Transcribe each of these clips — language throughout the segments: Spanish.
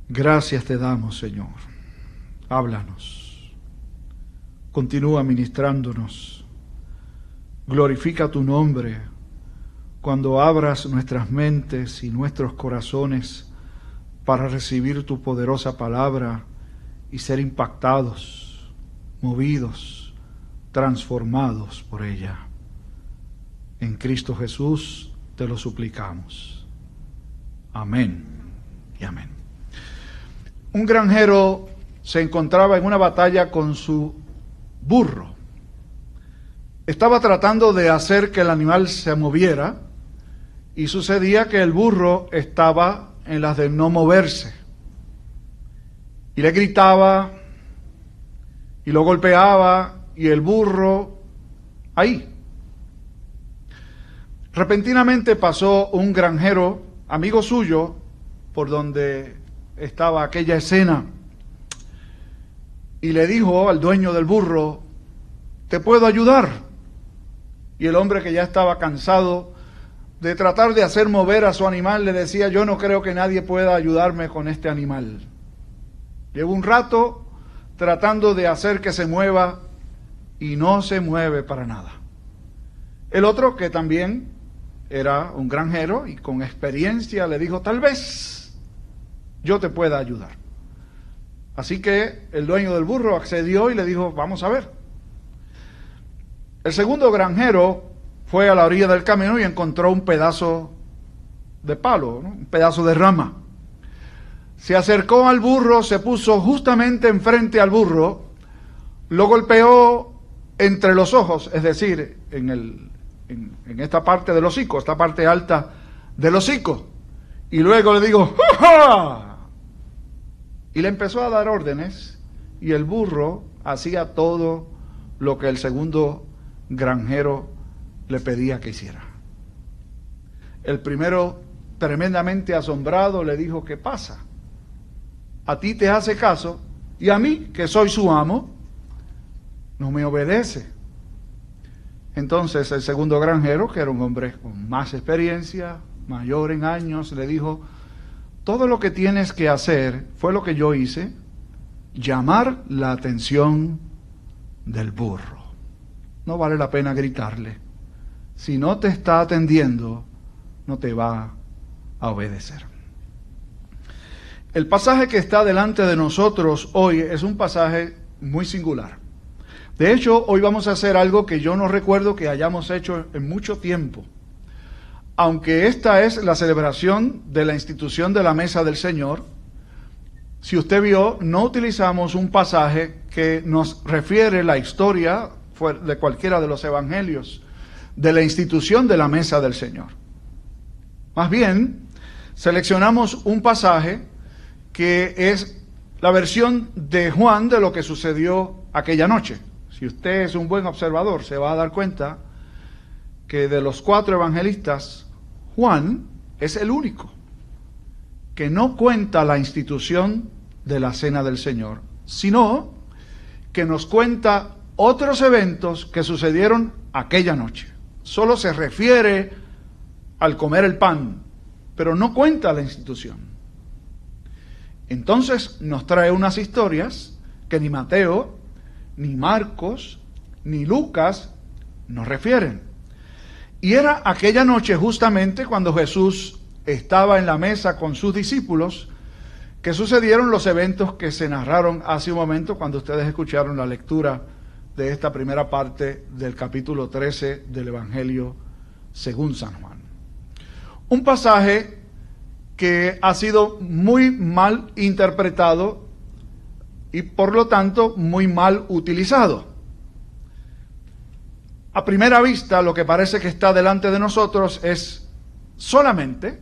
Gracias te damos, Señor. Háblanos. Continúa ministrándonos. Glorifica tu nombre cuando abras nuestras mentes y nuestros corazones para recibir tu poderosa palabra y ser impactados, movidos, transformados por ella. En Cristo Jesús te lo suplicamos. Amén y amén. Un granjero se encontraba en una batalla con su burro. Estaba tratando de hacer que el animal se moviera y sucedía que el burro estaba en las de no moverse. Y le gritaba y lo golpeaba y el burro ahí. Repentinamente pasó un granjero, amigo suyo, por donde estaba aquella escena y le dijo al dueño del burro: ¿te puedo ayudar? Y el hombre, que ya estaba cansado de tratar de hacer mover a su animal, le decía: yo no creo que nadie pueda ayudarme con este animal. Llevo un rato tratando de hacer que se mueva y no se mueve para nada. El otro, que también era un granjero y con experiencia, le dijo: tal vez yo te pueda ayudar. Así que el dueño del burro accedió y le dijo: vamos a ver. El segundo granjero fue a la orilla del camino y encontró un pedazo de palo, ¿no? Un pedazo de rama. Se acercó al burro, se puso justamente enfrente al burro, lo golpeó entre los ojos, es decir, en esta parte del hocico, esta parte alta del hocico, y luego le dijo: ¡ja! Y le empezó a dar órdenes, y el burro hacía todo lo que el segundo granjero le pedía que hiciera. El primero, tremendamente asombrado, le dijo: ¿qué pasa? A ti te hace caso y a mí, que soy su amo, no me obedece. Entonces el segundo granjero, que era un hombre con más experiencia, mayor en años, le dijo: todo lo que tienes que hacer fue lo que yo hice, llamar la atención del burro. No vale la pena gritarle. Si no te está atendiendo, no te va a obedecer. El pasaje que está delante de nosotros hoy es un pasaje muy singular. De hecho, hoy vamos a hacer algo que yo no recuerdo que hayamos hecho en mucho tiempo. Aunque esta es la celebración de la institución de la mesa del Señor, si usted vio, no utilizamos un pasaje que nos refiere la historia de cualquiera de los evangelios de la institución de la mesa del Señor. Más bien, seleccionamos un pasaje que es la versión de Juan de lo que sucedió aquella noche. Si usted es un buen observador, se va a dar cuenta que de los 4 evangelistas, Juan es el único que no cuenta la institución de la cena del Señor, sino que nos cuenta otros eventos que sucedieron aquella noche. Solo se refiere al comer el pan, pero no cuenta la institución. Entonces nos trae unas historias que ni Mateo, ni Marcos, ni Lucas nos refieren. Y era aquella noche justamente cuando Jesús estaba en la mesa con sus discípulos que sucedieron los eventos que se narraron hace un momento cuando ustedes escucharon la lectura de esta primera parte del capítulo 13 del Evangelio según San Juan. Un pasaje que ha sido muy mal interpretado y por lo tanto muy mal utilizado. A primera vista, lo que parece que está delante de nosotros es solamente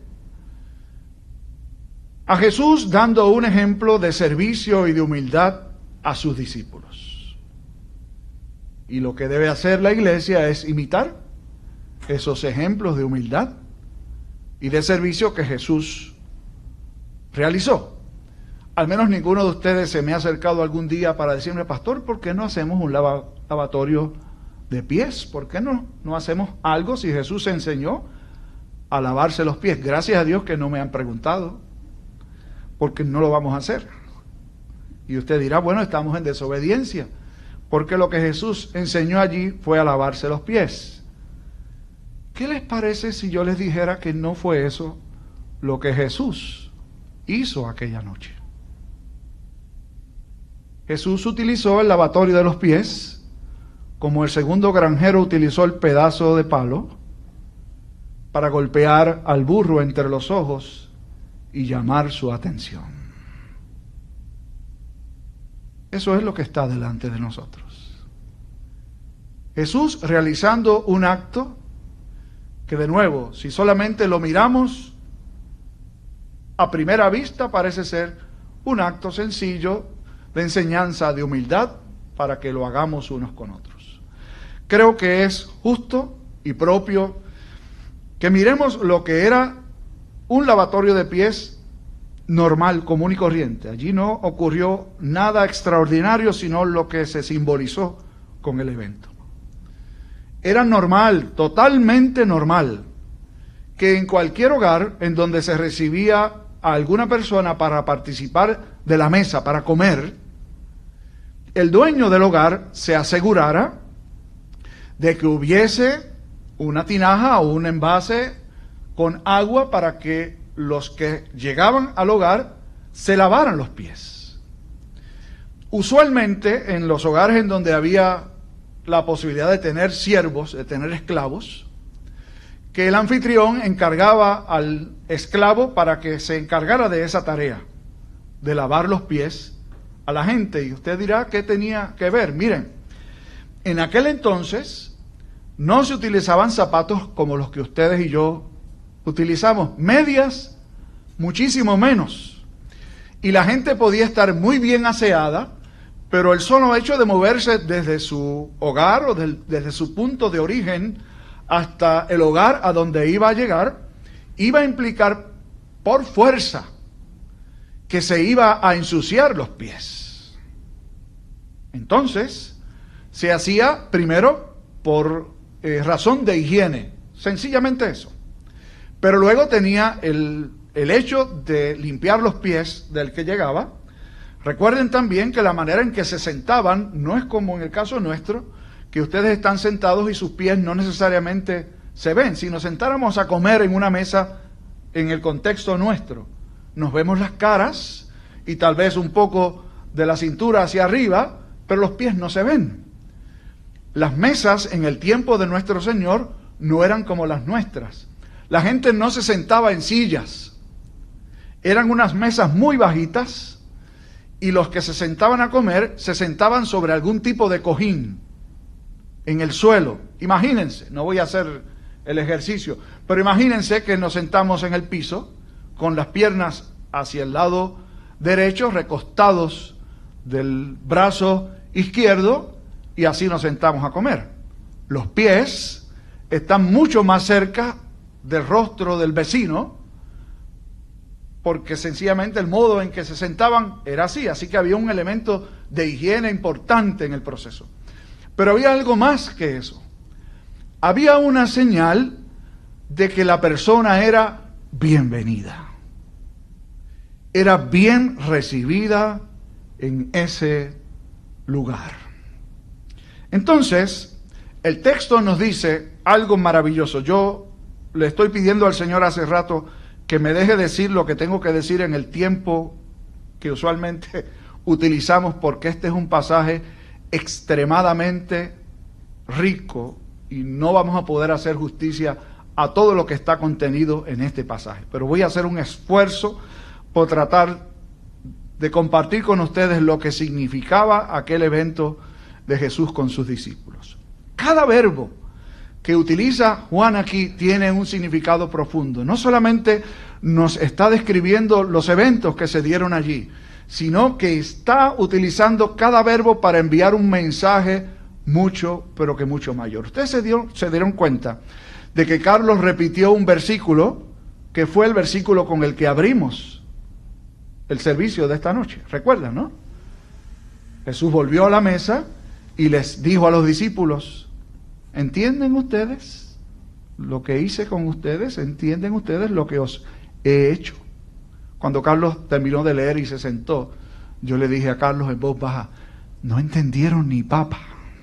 a Jesús dando un ejemplo de servicio y de humildad a sus discípulos. Y lo que debe hacer la iglesia es imitar esos ejemplos de humildad y de servicio que Jesús realizó. Al menos ninguno de ustedes se me ha acercado algún día para decirme: pastor, ¿por qué no hacemos un lavatorio de pies? ¿Por qué no hacemos algo si Jesús enseñó a lavarse los pies? Gracias a Dios que no me han preguntado, porque no lo vamos a hacer. Y usted dirá, bueno, estamos en desobediencia, porque lo que Jesús enseñó allí fue a lavarse los pies. ¿Qué les parece si yo les dijera que no fue eso lo que Jesús hizo aquella noche? Jesús utilizó el lavatorio de los pies, como el segundo granjero utilizó el pedazo de palo, para golpear al burro entre los ojos y llamar su atención. Eso es lo que está delante de nosotros. Jesús realizando un acto que, de nuevo, si solamente lo miramos a primera vista, parece ser un acto sencillo de enseñanza, de humildad, para que lo hagamos unos con otros. Creo que es justo y propio que miremos lo que era un lavatorio de pies normal, común y corriente. Allí no ocurrió nada extraordinario, sino lo que se simbolizó con el evento. Era normal, totalmente normal, que en cualquier hogar en donde se recibía a alguna persona para participar de la mesa, para comer, el dueño del hogar se asegurara de que hubiese una tinaja o un envase con agua para que los que llegaban al hogar se lavaran los pies. Usualmente en los hogares en donde había la posibilidad de tener siervos, de tener esclavos, que el anfitrión encargaba al esclavo para que se encargara de esa tarea, de lavar los pies a la gente. Y usted dirá, ¿qué tenía que ver? Miren, en aquel entonces no se utilizaban zapatos como los que ustedes y yo utilizamos, medias muchísimo menos. Y la gente podía estar muy bien aseada, pero el solo hecho de moverse desde su hogar o desde su punto de origen hasta el hogar a donde iba a llegar, iba a implicar por fuerza que se iba a ensuciar los pies. Entonces, se hacía primero por razón de higiene, sencillamente eso. Pero luego tenía el hecho de limpiar los pies del que llegaba. Recuerden también que la manera en que se sentaban no es como en el caso nuestro, que ustedes están sentados y sus pies no necesariamente se ven. Si nos sentáramos a comer en una mesa en el contexto nuestro, nos vemos las caras y tal vez un poco de la cintura hacia arriba, pero los pies no se ven. Las mesas en el tiempo de nuestro Señor no eran como las nuestras. La gente no se sentaba en sillas. Eran unas mesas muy bajitas y los que se sentaban a comer se sentaban sobre algún tipo de cojín en el suelo. Imagínense, no voy a hacer el ejercicio, pero imagínense que nos sentamos en el piso con las piernas hacia el lado derecho, recostados del brazo izquierdo, y así nos sentamos a comer. Los pies están mucho más cerca del rostro del vecino, porque sencillamente el modo en que se sentaban era así que había un elemento de higiene importante en el proceso. Pero había algo más que eso. Había una señal de que la persona era bienvenida. Era bien recibida en ese lugar. Entonces, el texto nos dice algo maravilloso. Yo le estoy pidiendo al Señor hace rato que me deje decir lo que tengo que decir en el tiempo que usualmente utilizamos, porque este es un pasaje extremadamente rico y no vamos a poder hacer justicia a todo lo que está contenido en este pasaje. Pero voy a hacer un esfuerzo por tratar de compartir con ustedes lo que significaba aquel evento de Jesús con sus discípulos. Cada verbo que utiliza Juan aquí tiene un significado profundo. No solamente nos está describiendo los eventos que se dieron allí, sino que está utilizando cada verbo para enviar un mensaje mucho, pero que mucho mayor. Ustedes se dieron cuenta de que Carlos repitió un versículo que fue el versículo con el que abrimos el servicio de esta noche. ¿Recuerdan, no? Jesús volvió a la mesa y les dijo a los discípulos: ¿entienden ustedes lo que hice con ustedes? ¿Entienden ustedes lo que os he hecho? Cuando Carlos terminó de leer y se sentó, yo le dije a Carlos en voz baja, no entendieron ni papa.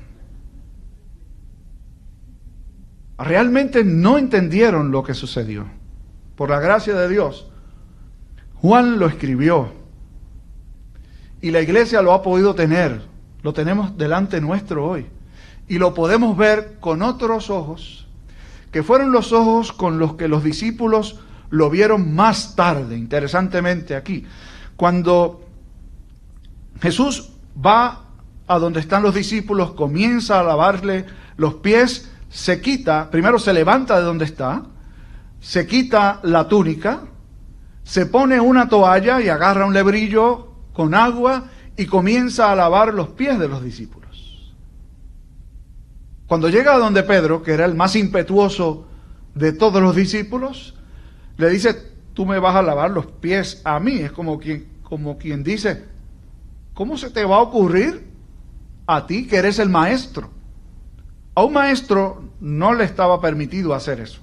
Realmente no entendieron lo que sucedió. Por la gracia de Dios, Juan lo escribió y la iglesia lo ha podido tener. Lo tenemos delante nuestro hoy y lo podemos ver con otros ojos, que fueron los ojos con los que los discípulos lo vieron más tarde, interesantemente aquí. Cuando Jesús va a donde están los discípulos, comienza a lavarle los pies, se quita, primero se levanta de donde está, se quita la túnica, se pone una toalla y agarra un lebrillo con agua y comienza a lavar los pies de los discípulos. Cuando llega a donde Pedro, que era el más impetuoso de todos los discípulos, le dice, tú me vas a lavar los pies a mí. Es como quien dice, ¿cómo se te va a ocurrir a ti que eres el maestro? A un maestro no le estaba permitido hacer eso.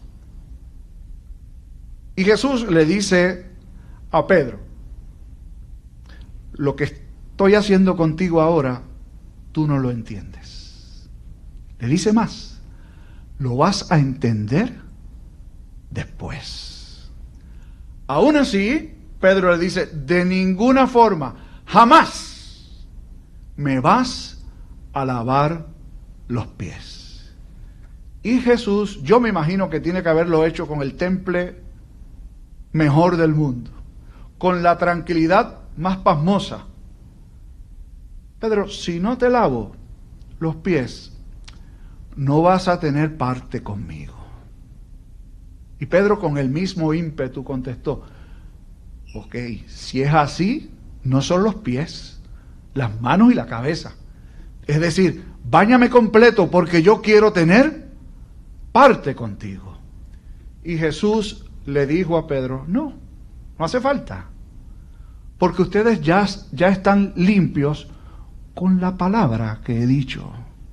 Y Jesús le dice a Pedro, lo que estoy haciendo contigo ahora, tú no lo entiendes. Le dice más, lo vas a entender después. Aún así, Pedro le dice, de ninguna forma, jamás me vas a lavar los pies. Y Jesús, yo me imagino que tiene que haberlo hecho con el temple mejor del mundo, con la tranquilidad más pasmosa. Pedro, si no te lavo los pies, no vas a tener parte conmigo. Y Pedro con el mismo ímpetu contestó, ok, si es así, no son los pies, las manos y la cabeza. Es decir, báñame completo porque yo quiero tener parte contigo. Y Jesús le dijo a Pedro, no hace falta, porque ustedes ya están limpios con la palabra que he dicho.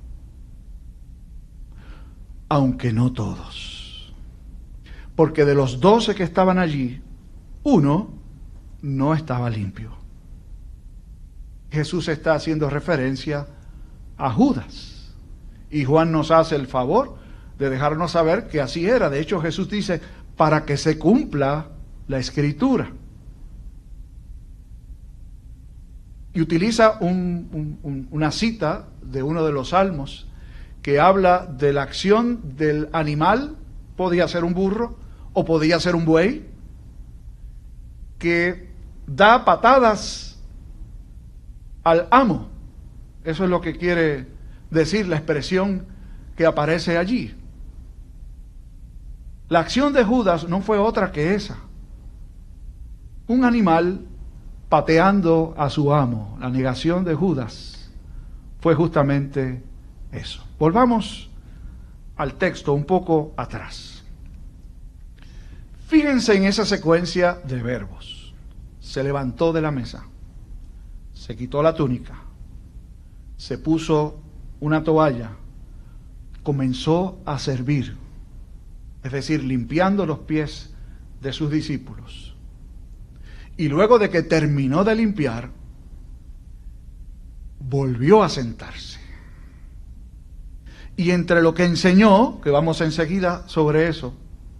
Aunque no todos. Porque de los 12 que estaban allí, uno no estaba limpio. Jesús está haciendo referencia a Judas. Y Juan nos hace el favor de dejarnos saber que así era. De hecho, Jesús dice, para que se cumpla la Escritura. Y utiliza una cita de uno de los salmos que habla de la acción del animal, podía ser un burro o podía ser un buey, que da patadas al amo. Eso es lo que quiere decir la expresión que aparece allí. La acción de Judas no fue otra que esa. Un animal pateando a su amo. La negación de Judas fue justamente eso. Volvamos al texto un poco atrás. Fíjense en esa secuencia de verbos. Se levantó de la mesa, se quitó la túnica, se puso una toalla, comenzó a servir, es decir, limpiando los pies de sus discípulos. Y luego de que terminó de limpiar, volvió a sentarse. Y entre lo que enseñó, que vamos enseguida sobre eso,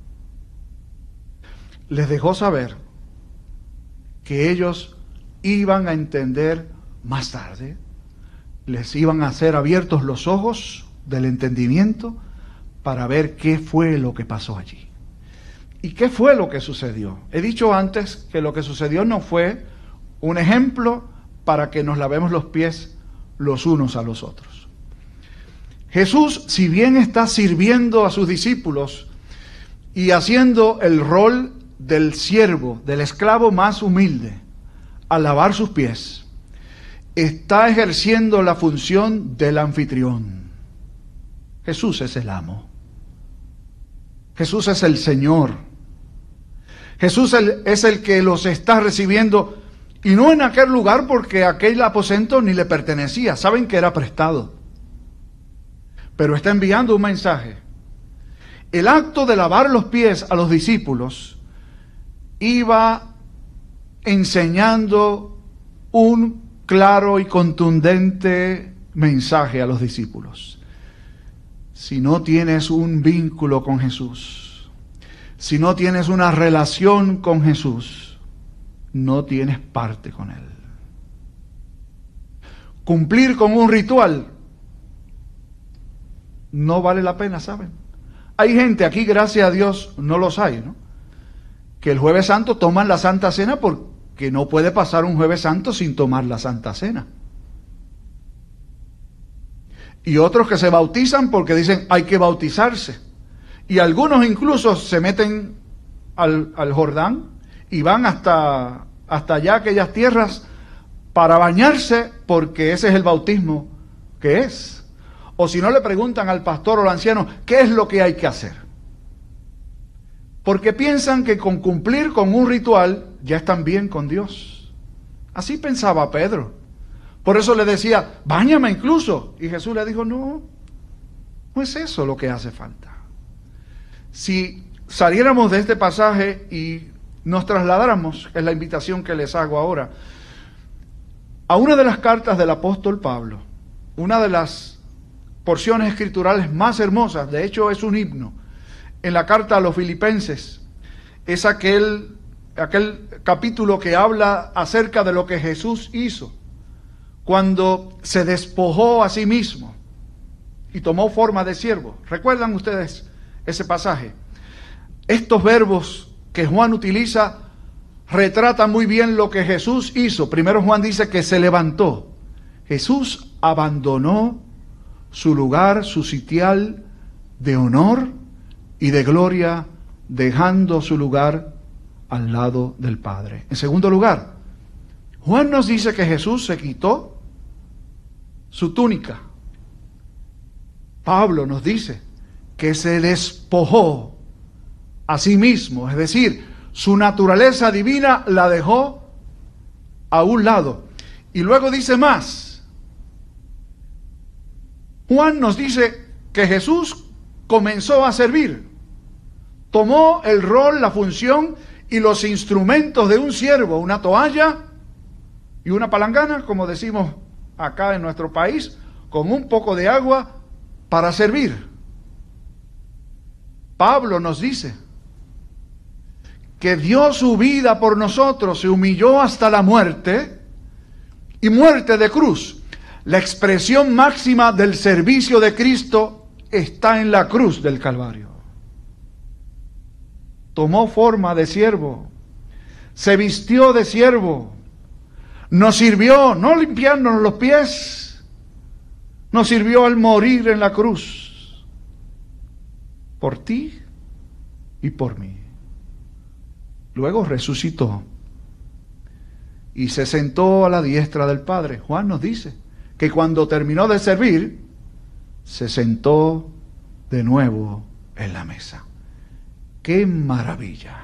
les dejó saber que ellos iban a entender más tarde, les iban a hacer abiertos los ojos del entendimiento para ver qué fue lo que pasó allí. ¿Y qué fue lo que sucedió? He dicho antes que lo que sucedió no fue un ejemplo para que nos lavemos los pies los unos a los otros. Jesús, si bien está sirviendo a sus discípulos y haciendo el rol del siervo, del esclavo más humilde, al lavar sus pies, está ejerciendo la función del anfitrión. Jesús es el amo. Jesús es el Señor. Jesús es el que los está recibiendo, y no en aquel lugar porque aquel aposento ni le pertenecía. Saben que era prestado. Pero está enviando un mensaje. El acto de lavar los pies a los discípulos iba enseñando un claro y contundente mensaje a los discípulos. Si no tienes un vínculo con Jesús, si no tienes una relación con Jesús, no tienes parte con Él. Cumplir con un ritual no vale la pena, ¿saben? Hay gente aquí, gracias a Dios, no los hay, ¿no? Que el Jueves Santo toman la Santa Cena porque no puede pasar un Jueves Santo sin tomar la Santa Cena. Y otros que se bautizan porque dicen hay que bautizarse. Y algunos incluso se meten al Jordán y van hasta allá, aquellas tierras, para bañarse, porque ese es el bautismo que es. O si no, le preguntan al pastor o al anciano, ¿qué es lo que hay que hacer? Porque piensan que con cumplir con un ritual ya están bien con Dios. Así pensaba Pedro. Por eso le decía, báñame incluso. Y Jesús le dijo, no es eso lo que hace falta. Si saliéramos de este pasaje y nos trasladáramos, es la invitación que les hago ahora, a una de las cartas del apóstol Pablo, una de las porciones escriturales más hermosas, de hecho es un himno, en la carta a los Filipenses, es aquel capítulo que habla acerca de lo que Jesús hizo cuando se despojó a sí mismo y tomó forma de siervo. ¿Recuerdan ustedes ese pasaje? Estos verbos que Juan utiliza retratan muy bien lo que Jesús hizo. Primero Juan dice que se levantó. Jesús abandonó su lugar, su sitial de honor y de gloria, dejando su lugar al lado del Padre. En segundo lugar, Juan nos dice que Jesús se quitó su túnica. Pablo nos dice que se despojó a sí mismo, es decir, su naturaleza divina la dejó a un lado. Y luego dice más. Juan nos dice que Jesús comenzó a servir. Tomó el rol, la función y los instrumentos de un siervo, una toalla y una palangana, como decimos acá en nuestro país, con un poco de agua para servir. Pablo nos dice que dio su vida por nosotros, se humilló hasta la muerte, y muerte de cruz. La expresión máxima del servicio de Cristo está en la cruz del Calvario. Tomó forma de siervo, se vistió de siervo, nos sirvió, no limpiándonos los pies, nos sirvió al morir en la cruz, por ti y por mí. Luego resucitó y se sentó a la diestra del Padre. Juan nos dice que cuando terminó de servir, se sentó de nuevo en la mesa. ¡Qué maravilla!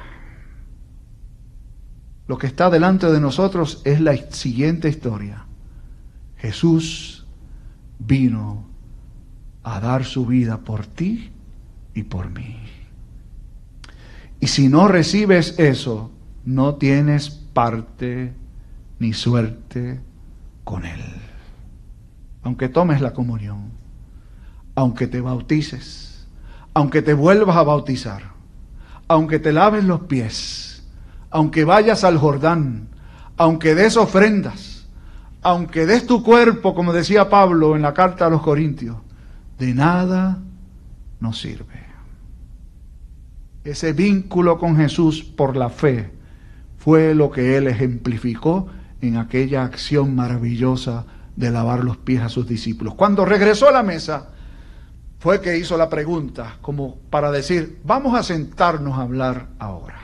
Lo que está delante de nosotros es la siguiente historia. Jesús vino a dar su vida por ti y por mí. Y si no recibes eso, no tienes parte ni suerte con Él. Aunque tomes la comunión, aunque te bautices, aunque te vuelvas a bautizar, aunque te laves los pies, aunque vayas al Jordán, aunque des ofrendas, aunque des tu cuerpo, como decía Pablo en la carta a los Corintios, de nada nos sirve. Ese vínculo con Jesús por la fe fue lo que Él ejemplificó en aquella acción maravillosa de lavar los pies a sus discípulos. Cuando regresó a la mesa, fue que hizo la pregunta, como para decir, vamos a sentarnos a hablar ahora.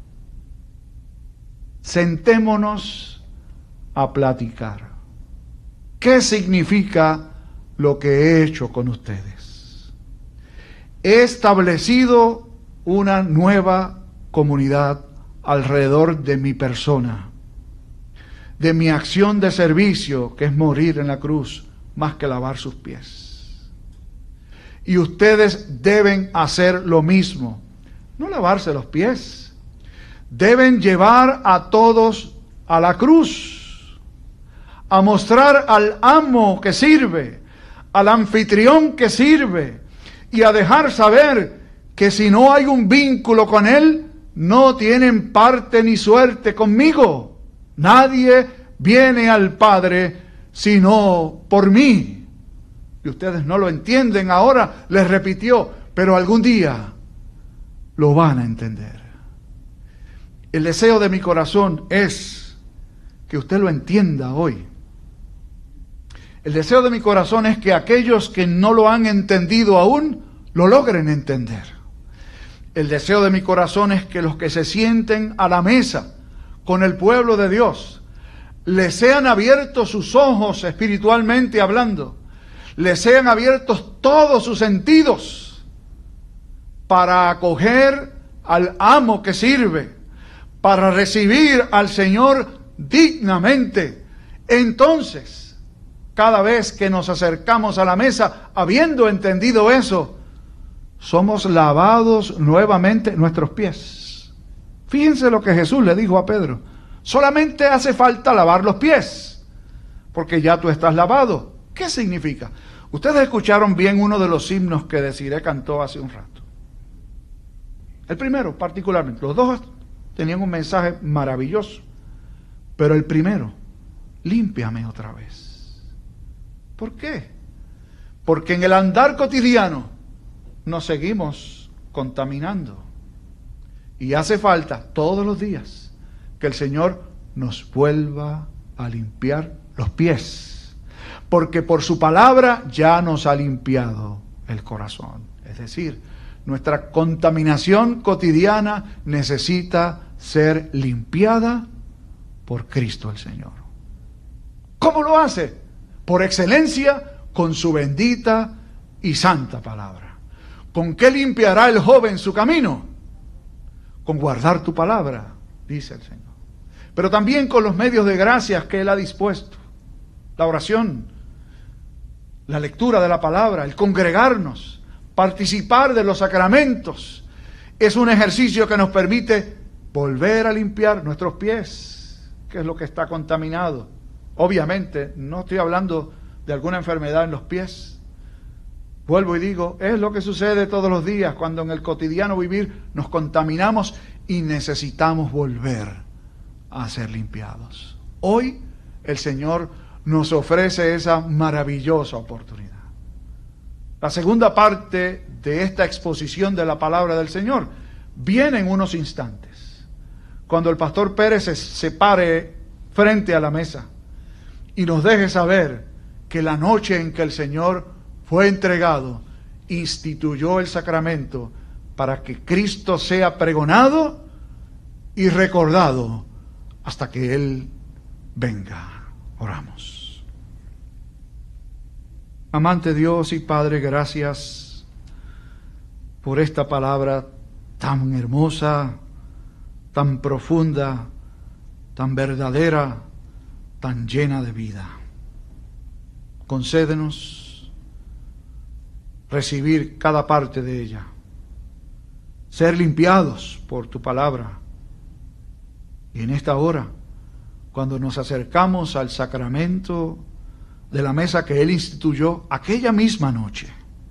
Sentémonos a platicar. ¿Qué significa lo que he hecho con ustedes? He establecido una nueva comunidad alrededor de mi persona, de mi acción de servicio, que es morir en la cruz, más que lavar sus pies. Y ustedes deben hacer lo mismo, no lavarse los pies. Deben llevar a todos a la cruz, a mostrar al amo que sirve, al anfitrión que sirve, y a dejar saber que si no hay un vínculo con Él, no tienen parte ni suerte conmigo. Nadie viene al Padre sino por mí. Y ustedes no lo entienden ahora, les repitió, pero algún día lo van a entender. El deseo de mi corazón es que usted lo entienda hoy. El deseo de mi corazón es que aquellos que no lo han entendido aún, lo logren entender. El deseo de mi corazón es que los que se sienten a la mesa con el pueblo de Dios, les sean abiertos sus ojos espiritualmente hablando, les sean abiertos todos sus sentidos para acoger al amo que sirve, para recibir al Señor dignamente. Entonces, cada vez que nos acercamos a la mesa, habiendo entendido eso, somos lavados nuevamente nuestros pies. Fíjense lo que Jesús le dijo a Pedro: solamente hace falta lavar los pies, porque ya tú estás lavado. ¿Qué significa? Ustedes escucharon bien uno de los himnos que Desiree cantó hace un rato. El primero, particularmente. Los dos tenían un mensaje maravilloso. Pero el primero, límpiame otra vez. ¿Por qué? Porque en el andar cotidiano nos seguimos contaminando. Y hace falta todos los días que el Señor nos vuelva a limpiar los pies. Porque por su palabra ya nos ha limpiado el corazón. Es decir, nuestra contaminación cotidiana necesita ser limpiada por Cristo el Señor. ¿Cómo lo hace? Por excelencia, con su bendita y santa palabra. ¿Con qué limpiará el joven su camino? Con guardar tu palabra, dice el Señor. Pero también con los medios de gracias que Él ha dispuesto. La oración, la lectura de la palabra, el congregarnos, participar de los sacramentos, es un ejercicio que nos permite volver a limpiar nuestros pies, que es lo que está contaminado. Obviamente, no estoy hablando de alguna enfermedad en los pies. Vuelvo y digo, es lo que sucede todos los días cuando en el cotidiano vivir nos contaminamos y necesitamos volver a ser limpiados. Hoy el Señor nos ofrece esa maravillosa oportunidad. La segunda parte de esta exposición de la palabra del Señor viene en unos instantes, cuando el pastor Pérez se pare frente a la mesa y nos deje saber que la noche en que el Señor fue entregado, instituyó el sacramento para que Cristo sea pregonado y recordado hasta que Él venga. Oramos. Amante Dios y Padre, gracias por esta palabra tan hermosa, tan profunda, tan verdadera, tan llena de vida. Concédenos recibir cada parte de ella, ser limpiados por tu palabra. Y en esta hora, cuando nos acercamos al sacramento de la mesa que Él instituyó aquella misma noche,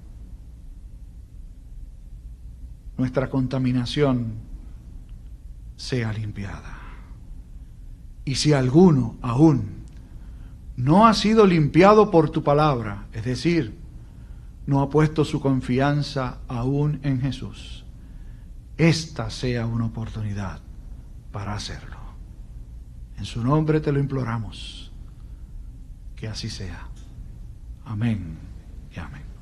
nuestra contaminación sea limpiada. Y si alguno aún no ha sido limpiado por tu palabra, es decir, no ha puesto su confianza aún en Jesús, esta sea una oportunidad para hacerlo. En su nombre te lo imploramos, que así sea. Amén y amén.